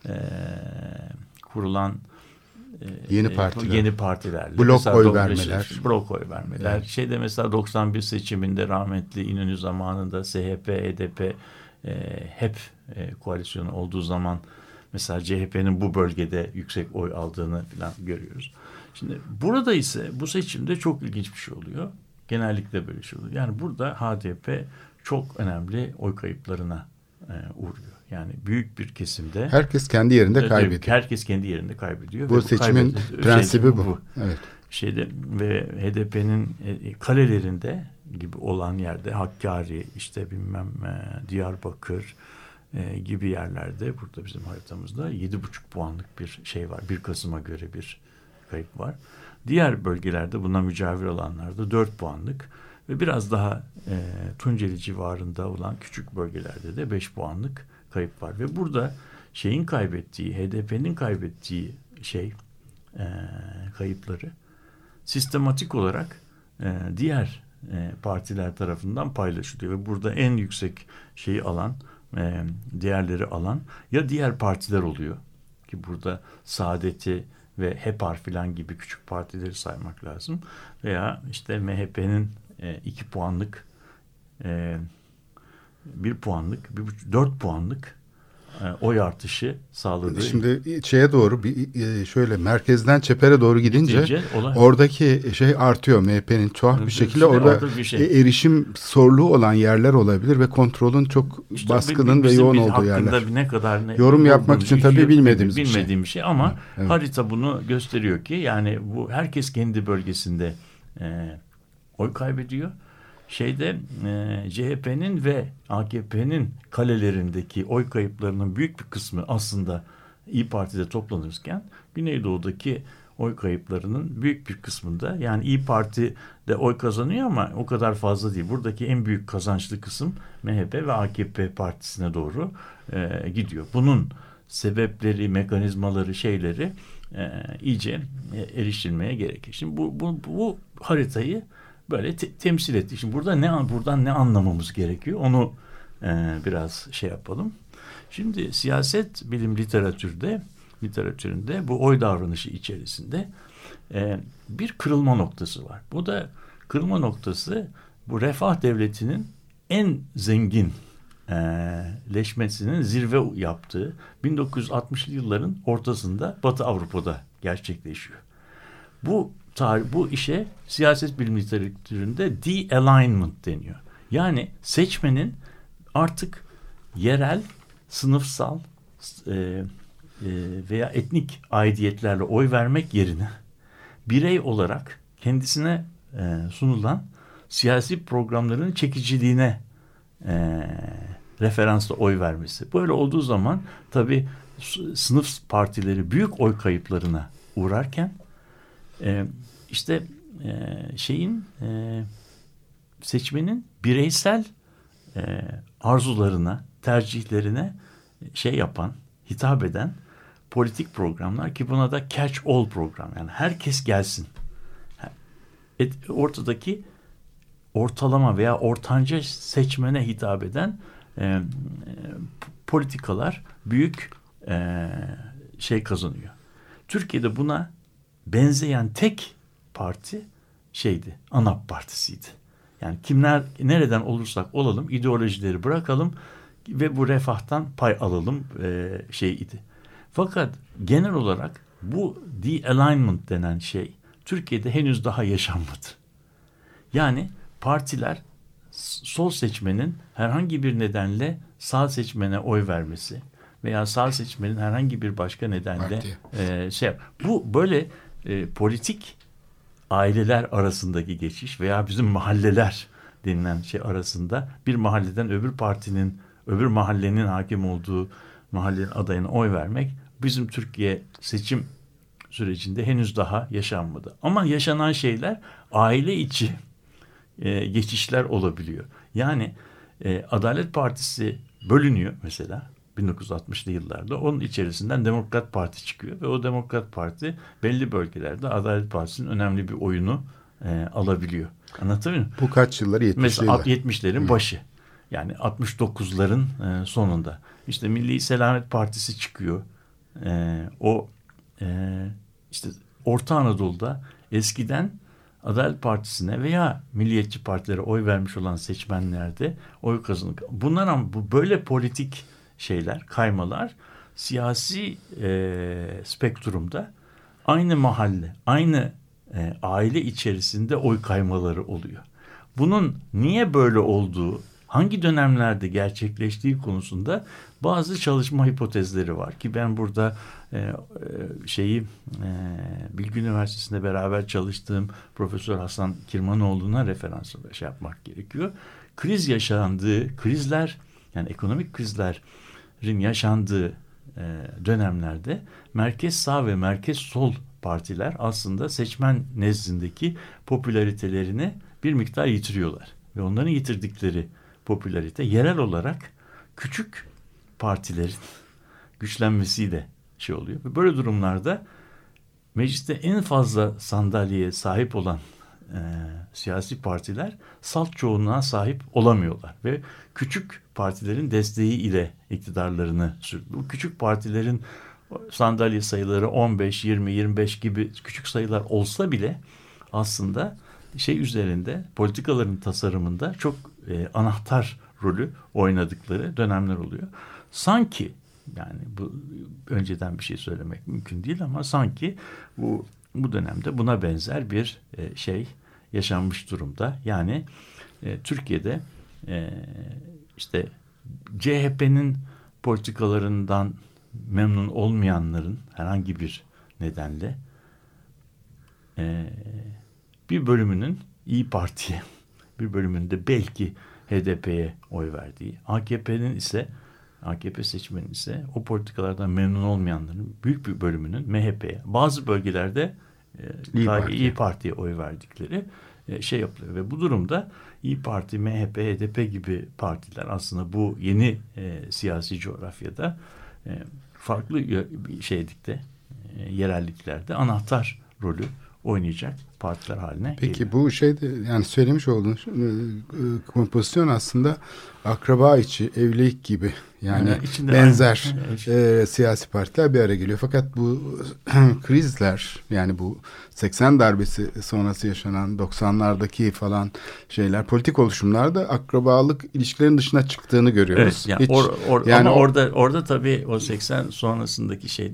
yeni partilerle. Blok oy vermeler. Blok oy vermeler. Evet. Mesela 91 seçiminde rahmetli İnönü zamanında SHP, HDP hep koalisyonu olduğu zaman mesela CHP'nin bu bölgede yüksek oy aldığını falan görüyoruz. Şimdi burada ise bu seçimde çok ilginç bir şey oluyor. Genellikle böyle şey oluyor. Yani burada HDP çok önemli oy kayıplarına uğruyor. Yani büyük bir kesimde herkes kendi yerinde kaybediyor. Herkes kendi yerinde kaybediyor. Bu seçimin prensibi bu. Evet. Ve HDP'nin kalelerinde gibi olan yerde Hakkari, işte Diyarbakır gibi yerlerde, burada bizim haritamızda 7,5 puanlık bir şey var. 1 Kasım'a göre bir kayıp var. Diğer bölgelerde, buna mücavir olanlarda 4 puanlık ve biraz daha Tunceli civarında olan küçük bölgelerde de 5 puanlık kayıp var. Ve burada HDP'nin kaybettiği kayıpları sistematik olarak diğer partiler tarafından paylaşılıyor. Ve burada en yüksek şeyi alan, değerleri alan ya diğer partiler oluyor ki burada Saadet'i ve HEPAR filan gibi küçük partileri saymak lazım, veya işte MHP'nin 2 puanlık 1 puanlık 4 puanlık oy artışı sağladığı. Şimdi doğru şöyle merkezden çepere doğru gidince oradaki artıyor. MHP'nin tuhaf bir şekilde orada erişim zorluğu olan yerler olabilir ve kontrolün çok baskının ve yoğun olduğu yerler. Ne kadar yorum yapmak için tabii bilmediğim bir şey ama evet. Harita bunu gösteriyor ki yani bu herkes kendi bölgesinde oy kaybediyor. CHP'nin ve AKP'nin kalelerindeki oy kayıplarının büyük bir kısmı aslında İYİ Parti'de toplanırken Güneydoğu'daki oy kayıplarının büyük bir kısmında, yani İYİ Parti de oy kazanıyor ama o kadar fazla değil. Buradaki en büyük kazançlı kısım MHP ve AKP partisine doğru gidiyor. Bunun sebepleri, mekanizmaları, iyice erişilmeye gerekir. Şimdi bu haritayı böyle temsil etti. Şimdi buradan ne anlamamız gerekiyor? Onu biraz yapalım. Şimdi siyaset bilim literatüründe bu oy davranışı içerisinde bir kırılma noktası var. Bu da kırılma noktası, bu refah devletinin en zengin leşmesinin zirve yaptığı 1960'lı yılların ortasında Batı Avrupa'da gerçekleşiyor. Bu işe siyaset bilim literatüründe de-alignment deniyor. Yani seçmenin artık yerel, sınıfsal veya etnik aidiyetlerle oy vermek yerine birey olarak kendisine sunulan siyasi programların çekiciliğine referansla oy vermesi. Böyle olduğu zaman tabii sınıf partileri büyük oy kayıplarına uğrarken seçmenin bireysel arzularına, tercihlerine hitap eden politik programlar, ki buna da catch all program, yani herkes gelsin. Ortadaki ortalama veya ortanca seçmene hitap eden politikalar büyük kazanıyor. Türkiye'de buna benzeyen tek parti ANAP Partisi'ydi. Yani kimler nereden olursak olalım ideolojileri bırakalım ve bu refahtan pay alalım idi. Fakat genel olarak bu de-alignment denen şey Türkiye'de henüz daha yaşanmadı. Yani partiler sol seçmenin herhangi bir nedenle sağ seçmene oy vermesi veya sağ seçmenin herhangi bir başka nedenle bu böyle politik aileler arasındaki geçiş veya bizim mahalleler denilen arasında bir mahalleden öbür mahallenin hakim olduğu mahallenin adayına oy vermek bizim Türkiye seçim sürecinde henüz daha yaşanmadı. Ama yaşanan şeyler aile içi geçişler olabiliyor. Yani Adalet Partisi bölünüyor mesela 1960'lı yıllarda. Onun içerisinden Demokrat Parti çıkıyor ve o Demokrat Parti belli bölgelerde Adalet Partisi'nin önemli bir oyunu alabiliyor. Anlatabiliyor muyum? Bu kaç yılları? 70'li mesela yıllar. 70'lerin başı. Yani 69'ların sonunda. İşte Milli Selamet Partisi çıkıyor. İşte Orta Anadolu'da eskiden Adalet Partisi'ne veya milliyetçi partilere oy vermiş olan seçmenlerde oy kazanıyor. Bunlar böyle politik kaymalar siyasi spektrumda aynı mahalle, aynı aile içerisinde oy kaymaları oluyor. Bunun niye böyle olduğu, hangi dönemlerde gerçekleştiği konusunda bazı çalışma hipotezleri var ki ben burada Bilgi Üniversitesi'nde beraber çalıştığım Profesör Hasan Kirmanoğlu'na referans yapmak gerekiyor. Krizler yani ekonomik krizlerin yaşandığı dönemlerde merkez sağ ve merkez sol partiler aslında seçmen nezdindeki popülaritelerini bir miktar yitiriyorlar. Ve onların yitirdikleri popülarite yerel olarak küçük partilerin güçlenmesiyle oluyor. Ve böyle durumlarda mecliste en fazla sandalyeye sahip olan siyasi partiler salt çoğunluğa sahip olamıyorlar. Ve küçük partilerin desteği ile iktidarlarını sürdürüyor. Bu küçük partilerin sandalye sayıları 15, 20, 25 gibi küçük sayılar olsa bile aslında üzerinde politikaların tasarımında çok anahtar rolü oynadıkları dönemler oluyor. Sanki yani bu önceden bir şey söylemek mümkün değil ama sanki bu dönemde buna benzer bir yaşanmış durumda. Yani Türkiye'de işte CHP'nin politikalarından memnun olmayanların herhangi bir nedenle bir bölümünün İYİ Parti'ye, bir bölümünde belki HDP'ye oy verdiği, AKP seçmenin ise o politikalardan memnun olmayanların büyük bir bölümünün MHP'ye, bazı bölgelerde İYİ Parti'ye oy verdikleri yapılıyor. Ve bu durumda İYİ Parti, MHP, HDP gibi partiler aslında bu yeni siyasi coğrafyada farklı yerelliklerde anahtar rolü oynayacak partiler haline Peki geliyor. Bu yani söylemiş olduğunuz kompozisyon aslında akraba içi evlilik gibi yani benzer siyasi partiler bir araya geliyor. Fakat bu krizler yani bu 80 darbesi sonrası yaşanan 90'lardaki falan politik oluşumlarda akrabalık ilişkilerin dışına çıktığını görüyoruz. Evet, ama orada tabii o 80 sonrasındaki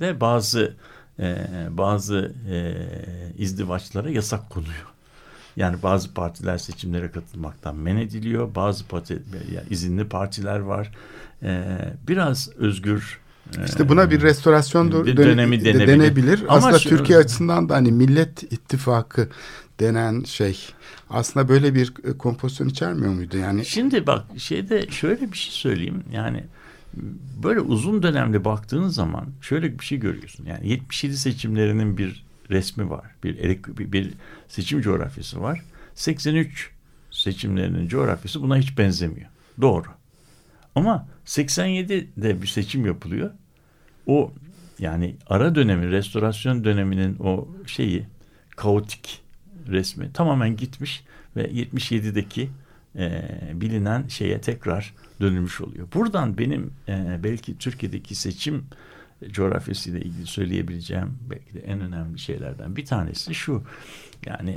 bazı izdivaçlara yasak konuyor. Yani bazı partiler seçimlere katılmaktan men ediliyor. Bazı izinli partiler var. Biraz özgür. İşte buna bir restorasyon dönemi denebilir. Aslında Türkiye açısından da Millet İttifakı denen aslında böyle bir kompozisyon içermiyor muydu? Yani şimdi bak şöyle bir şey söyleyeyim. Yani böyle uzun dönemde baktığınız zaman şöyle bir şey görüyorsun. Yani 77 seçimlerinin bir resmi var. Bir seçim coğrafyası var. 83 seçimlerinin coğrafyası buna hiç benzemiyor. Doğru. Ama 87'de bir seçim yapılıyor. O yani ara dönemi, restorasyon döneminin o kaotik resmi tamamen gitmiş ve 77'deki bilinen şeye tekrar dönülmüş oluyor. Buradan benim belki Türkiye'deki seçim coğrafyasıyla ilgili söyleyebileceğim belki de en önemli şeylerden bir tanesi şu. Yani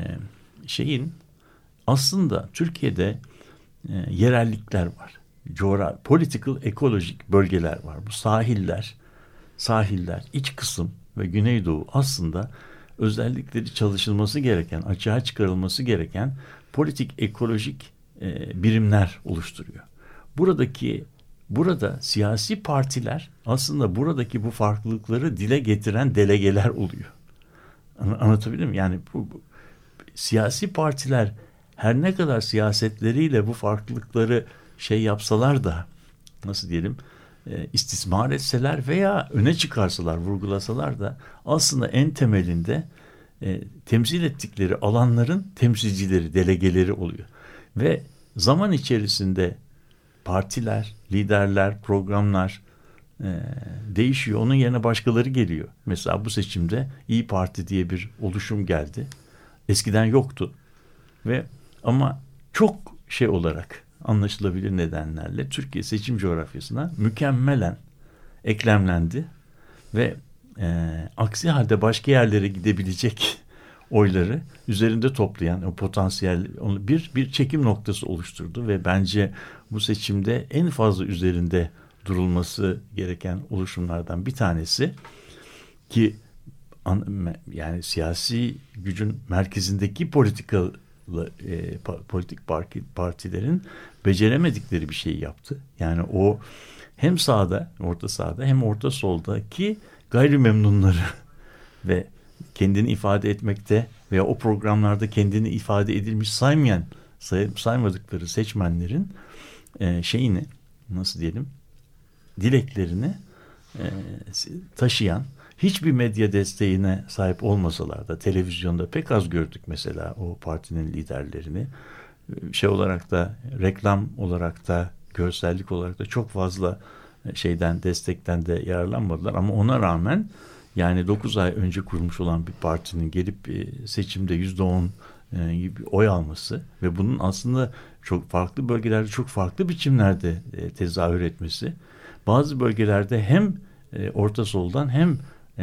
aslında Türkiye'de yerellikler var. Political, ekolojik bölgeler var. Bu sahiller, iç kısım ve Güneydoğu aslında özellikleri çalışılması gereken, açığa çıkarılması gereken politik, ekolojik birimler oluşturuyor. Burada siyasi partiler aslında buradaki bu farklılıkları dile getiren delegeler oluyor. Anlatabildim mi? Yani bu siyasi partiler her ne kadar siyasetleriyle bu farklılıkları yapsalar da nasıl diyelim istismar etseler veya öne çıkarsalar, vurgulasalar da aslında en temelinde temsil ettikleri alanların temsilcileri, delegeleri oluyor. Ve zaman içerisinde partiler, liderler, programlar değişiyor. Onun yerine başkaları geliyor. Mesela bu seçimde İYİ Parti diye bir oluşum geldi. Eskiden yoktu. Ama çok olarak anlaşılabilir nedenlerle Türkiye seçim coğrafyasına mükemmelen eklemlendi ve aksi halde başka yerlere gidebilecek oyları üzerinde toplayan o potansiyel bir çekim noktası oluşturdu ve bence bu seçimde en fazla üzerinde durulması gereken oluşumlardan bir tanesi ki yani siyasi gücün merkezindeki politik partilerin beceremedikleri bir şeyi yaptı. Yani o hem sağda, orta sağda hem orta soldaki gayrimemnunları ve kendini ifade etmekte veya o programlarda kendini ifade edilmiş saymadıkları seçmenlerin dileklerini taşıyan, hiçbir medya desteğine sahip olmasalar da televizyonda pek az gördük mesela o partinin liderlerini. Olarak da reklam olarak da görsellik olarak da çok fazla destekten de yararlanmadılar ama ona rağmen yani 9 ay önce kurulmuş olan bir partinin gelip seçimde %10 gibi oy alması ve bunun aslında çok farklı bölgelerde çok farklı biçimlerde tezahür etmesi, bazı bölgelerde hem orta soldan hem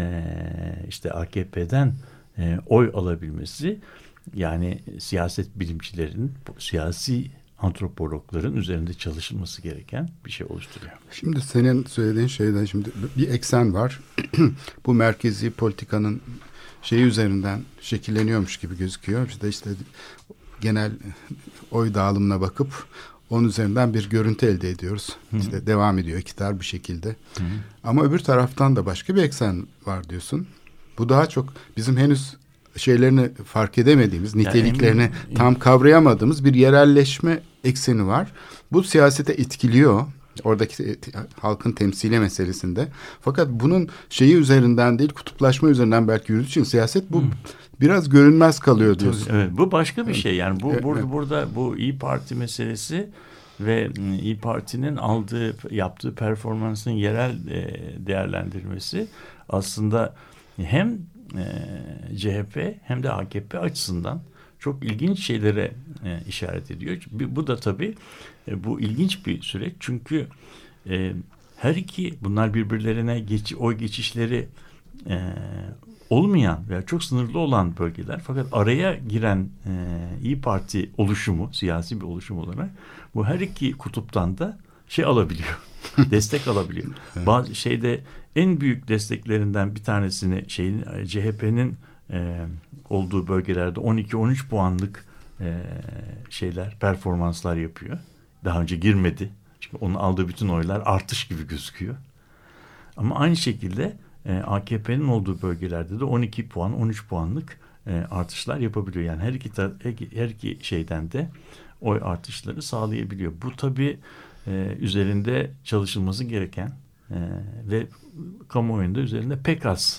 AKP'den oy alabilmesi, yani siyaset bilimcilerin, siyasi antropologların üzerinde çalışılması gereken bir şey oluşturuyor. Şimdi senin söylediğin şeyden şimdi bir eksen var. Bu merkezi politikanın üzerinden şekilleniyormuş gibi gözüküyor. İşte genel oy dağılımına bakıp onun üzerinden bir görüntü elde ediyoruz. Hı-hı. İşte devam ediyor iktidar bir şekilde. Hı-hı. Ama öbür taraftan da başka bir eksen var diyorsun. Bu daha çok bizim henüz şeylerini fark edemediğimiz, niteliklerini tam kavrayamadığımız bir yerelleşme ekseni var. Bu siyasete etkiliyor. Oradaki halkın temsili meselesinde. Fakat bunun üzerinden değil, kutuplaşma üzerinden belki yürüdüğü için siyaset bu biraz görünmez kalıyor diyorsun. Evet, bu başka bir şey. Yani burada bu İYİ Parti meselesi ve İYİ Parti'nin yaptığı performansın yerel değerlendirmesi aslında hem CHP hem de AKP açısından çok ilginç şeylere işaret ediyor. Bu da tabii bu ilginç bir süreç. Çünkü her iki bunlar birbirlerine oy geçişleri olmayan veya çok sınırlı olan bölgeler. Fakat araya giren İYİ Parti oluşumu, siyasi bir oluşum olarak bu her iki kutuptan da alabiliyor. Destek alabiliyor. Bazı en büyük desteklerinden bir tanesini CHP'nin olduğu bölgelerde 12-13 puanlık performanslar yapıyor. Daha önce girmedi. Çünkü onun aldığı bütün oylar artış gibi gözüküyor. Ama aynı şekilde AKP'nin olduğu bölgelerde de 12 puan, 13 puanlık artışlar yapabiliyor. Yani her iki şeyden de oy artışları sağlayabiliyor. Bu tabii üzerinde çalışılması gereken ve kamuoyunda üzerinde pek az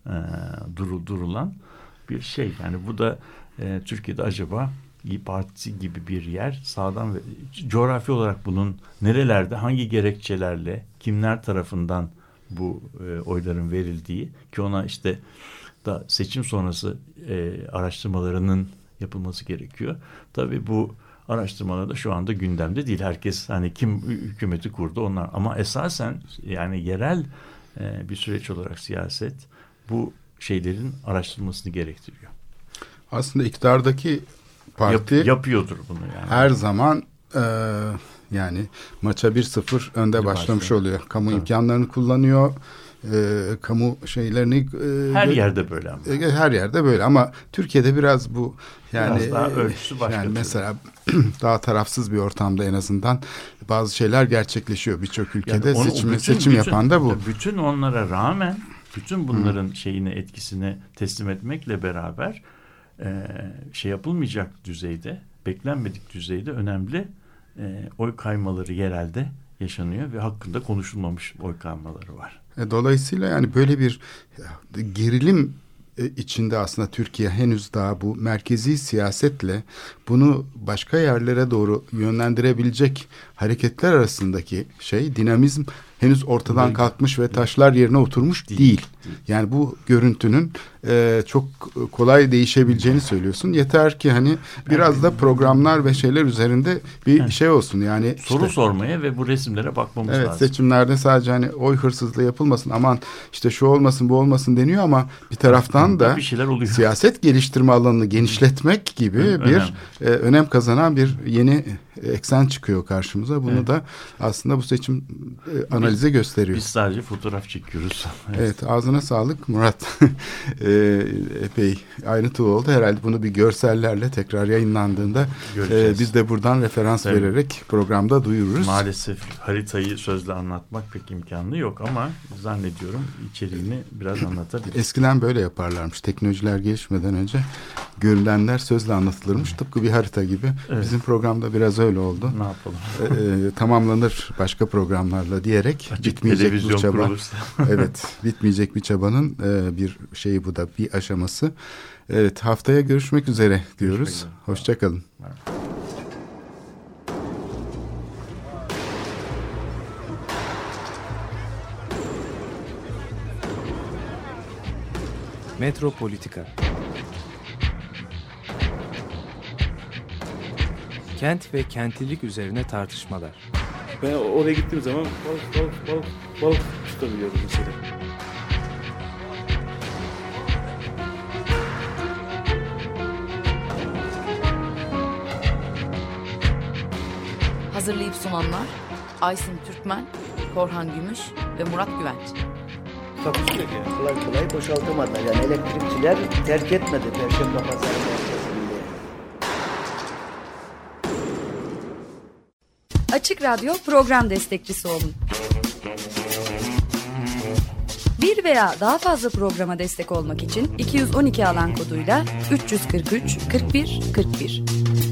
durulan bir şey. Yani bu da Türkiye'de acaba İYİ Partisi gibi bir yer sağdan ve coğrafi olarak bunun nerelerde, hangi gerekçelerle, kimler tarafından bu oyların verildiği, ki ona işte da seçim sonrası araştırmalarının yapılması gerekiyor. Tabii bu araştırmalar da şu anda gündemde değil. Herkes hani kim hükümeti kurdu onlar, ama esasen yani yerel bir süreç olarak siyaset bu şeylerin araştırılmasını gerektiriyor. Aslında iktidardaki parti yapıyordur bunu yani. Her zaman yani maça 1-0 önde başlamış oluyor. Kamu imkanlarını kullanıyor. Kamu şeylerini her yerde böyle ama. Her yerde böyle ama Türkiye'de biraz bu yani biraz daha ölçüsü başka. Yani mesela daha tarafsız bir ortamda en azından bazı şeyler gerçekleşiyor. Birçok ülkede yani seçim yapan da bu. Bütün onlara rağmen bütün bunların şeyine, etkisini teslim etmekle beraber şey yapılmayacak düzeyde, beklenmedik düzeyde önemli oy kaymaları yerelde yaşanıyor ve hakkında konuşulmamış oy kaymaları var. Dolayısıyla yani böyle bir gerilim içinde aslında Türkiye henüz daha bu merkezi siyasetle bunu başka yerlere doğru yönlendirebilecek hareketler arasındaki dinamizm henüz ortadan kalkmış ve taşlar yerine oturmuş değil. Yani bu görüntünün çok kolay değişebileceğini söylüyorsun. Yeter ki hani biraz da programlar ve şeyler üzerinde bir şey olsun. Yani soru sormaya ve bu resimlere bakmamız lazım. Evet, seçimlerde sadece hani oy hırsızlığı yapılmasın, aman işte şu olmasın bu olmasın deniyor ama bir taraftan da bir şeyler oluyor. Siyaset geliştirme alanını genişletmek gibi bir önem kazanan bir yeni eksen çıkıyor karşımıza. Bunu da aslında bu seçim analize gösteriyor. Biz sadece fotoğraf çekiyoruz. Evet, ağzına sağlık Murat. Epey ayrıntılı oldu. Herhalde bunu bir görsellerle tekrar yayınlandığında biz de buradan referans vererek programda duyururuz. Maalesef haritayı sözle anlatmak pek imkanlı yok ama zannediyorum içeriğini biraz anlatabiliriz. Eskiden böyle yaparlarmış. Teknolojiler gelişmeden önce görülenler sözle anlatılırmış. Tıpkı bir harita gibi. Evet. Bizim programda biraz öyle oldu. Ne yapalım? Tamamlanır başka programlarla diyerek bitmeyecek bu çaba. Evet, bitmeyecek bir çabanın bir şeyi, bu da bir aşaması. Evet, haftaya görüşmek üzere diyoruz. Hoşça kalın. Metropolitika. Kent ve kentlilik üzerine tartışmalar. Ben oraya gittiğim zaman balık tutabiliyordum mesela. Hazırlayıp sunanlar Aysin Türkmen, Korhan Gümüş ve Murat Güvenç. Takusuyor yani. Kolay kolay boşaltamadılar. Yani elektrikçiler terk etmedi Perşembe Pazarı merkezinde. Açık Radyo program destekçisi olun. Bir veya daha fazla programa destek olmak için 212 alan koduyla 343 41 41.